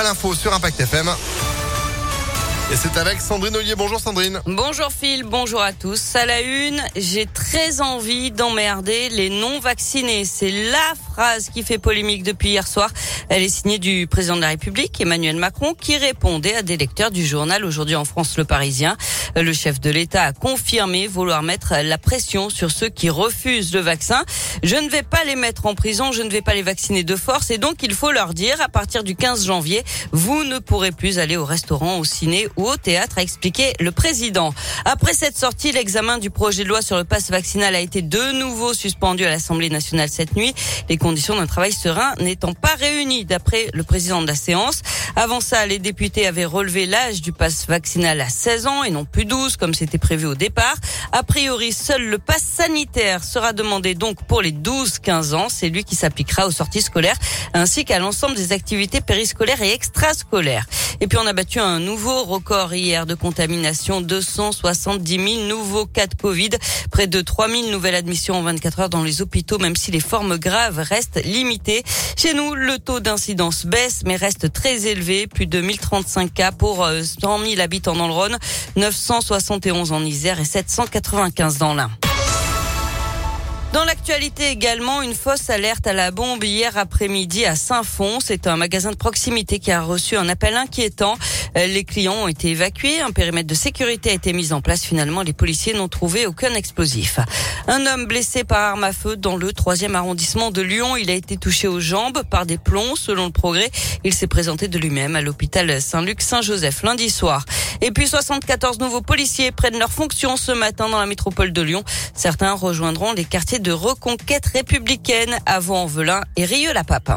l'info sur Impact FM. Et c'est avec Sandrine Ollier. Bonjour Sandrine. Bonjour Phil, bonjour à tous. À la une, j'ai très envie d'emmerder les non-vaccinés. C'est la phrase qui fait polémique depuis hier soir. Elle est signée du président de la République, Emmanuel Macron, qui répondait à des lecteurs du journal Aujourd'hui en France, Le Parisien. Le chef de l'État a confirmé vouloir mettre la pression sur ceux qui refusent le vaccin. Je ne vais pas les mettre en prison, je ne vais pas les vacciner de force. Et donc, il faut leur dire, à partir du 15 janvier, vous ne pourrez plus aller au restaurant, au ciné ou au théâtre, a expliqué le président. Après cette sortie, l'examen du projet de loi sur le pass vaccinal a été de nouveau suspendu à l'Assemblée nationale cette nuit. Les conditions d'un travail serein n'étant pas réunies, d'après le président de la séance. Avant ça, les députés avaient relevé l'âge du pass vaccinal à 16 ans et non plus 12 comme c'était prévu au départ. A priori, seul le pass sanitaire sera demandé donc pour les 12-15 ans. C'est lui qui s'appliquera aux sorties scolaires ainsi qu'à l'ensemble des activités périscolaires et extrascolaires. Et puis on a battu un nouveau record hier de contamination, 270 000 nouveaux cas de Covid, près de 3 000 nouvelles admissions en 24 heures dans les hôpitaux, même si les formes graves restent limitées. Chez nous, le taux d'incidence baisse mais reste très élevé, plus de 1035 cas pour 100 000 habitants dans le Rhône, 971 en Isère et 795 dans l'Ain. Dans l'actualité également, une fausse alerte à la bombe hier après-midi à Saint-Fons. C'est un magasin de proximité qui a reçu un appel inquiétant. Les clients ont été évacués. Un périmètre de sécurité a été mis en place. Finalement, les policiers n'ont trouvé aucun explosif. Un homme blessé par arme à feu dans le 3e arrondissement de Lyon. Il a été touché aux jambes par des plombs. Selon le Progrès, il s'est présenté de lui-même à l'hôpital Saint-Luc-Saint-Joseph lundi soir. Et puis 74 nouveaux policiers prennent leurs fonctions ce matin dans la métropole de Lyon. Certains rejoindront les quartiers de reconquête républicaine à Vaux-en-Velin et Rieux-la-Pape.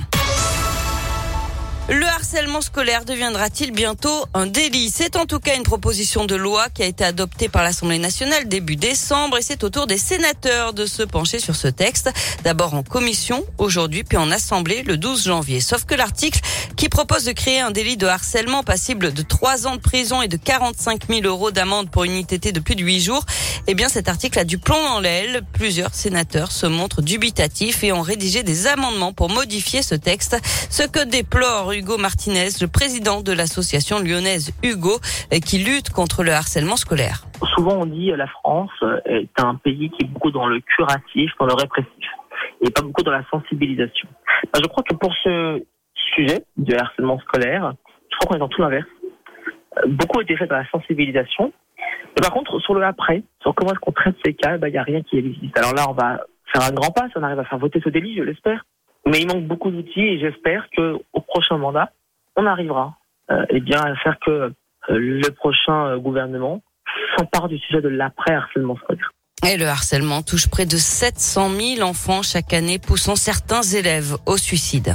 Le harcèlement scolaire deviendra-t-il bientôt un délit? C'est en tout cas une proposition de loi qui a été adoptée par l'Assemblée nationale début décembre et c'est au tour des sénateurs de se pencher sur ce texte. D'abord en commission aujourd'hui puis en assemblée le 12 janvier. Sauf que l'article qui propose de créer un délit de harcèlement passible de 3 ans de prison et de 45 000 € d'amende pour une ITT de plus de 8 jours, eh bien cet article a du plomb dans l'aile. Plusieurs sénateurs se montrent dubitatifs et ont rédigé des amendements pour modifier ce texte. Ce que déplore Hugo Martinez, le président de l'association lyonnaise Hugo, qui lutte contre le harcèlement scolaire. Souvent on dit la France est un pays qui est beaucoup dans le curatif, dans le répressif, et pas beaucoup dans la sensibilisation. Je crois que pour ce sujet du harcèlement scolaire, je crois qu'on est dans tout l'inverse. Beaucoup a été fait dans la sensibilisation. Et par contre, sur le après, sur comment est-ce qu'on traite ces cas, il n'y a rien qui existe. Alors là, on va faire un grand pas, si on arrive à faire voter ce délit, je l'espère. Mais il manque beaucoup d'outils et j'espère qu'au prochain mandat, on arrivera à faire que le prochain gouvernement s'empare du sujet de l'après-harcèlement scolaire. Et le harcèlement touche près de 700 000 enfants chaque année, poussant certains élèves au suicide.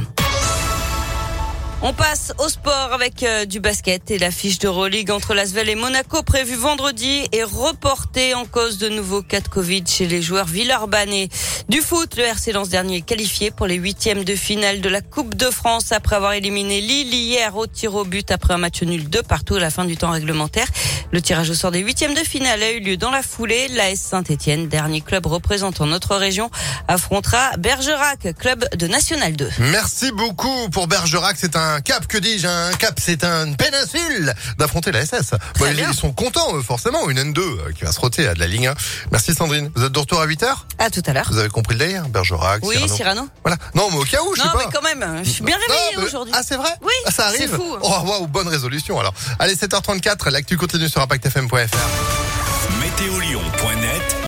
On passe au sport avec du basket et l'affiche d'Euroleague entre l'Asvel et Monaco prévue vendredi est reportée en cause de nouveaux cas de Covid chez les joueurs villeurbanais. Du foot, le RC Lens dernier est qualifié pour les 8e de finale de la Coupe de France après avoir éliminé Lille hier au tir au but après un match nul 2-2 à la fin du temps réglementaire. Le tirage au sort des 8e de finale a eu lieu dans la foulée. L'AS Saint-Etienne, dernier club représentant notre région, affrontera Bergerac, club de National 2. Merci beaucoup pour Bergerac. C'est un cap, que dis-je, un cap, c'est une péninsule d'affronter la SS. Bon, ils sont contents, forcément, une N2 qui va se roter à de la Ligue 1. Merci Sandrine. Vous êtes de retour à 8h? À tout à l'heure. Vous avez compris le délire? Bergerac, oui, Cyrano. Voilà. Non, mais au cas où, je sais pas. Non, mais quand même, je suis bien réveillée aujourd'hui. Ah, c'est vrai? Oui, ça arrive. C'est fou. Oh, wow, bonne résolution, alors. Allez, 7h34, l'actu continue sur ImpactFM.fr. Météolion.net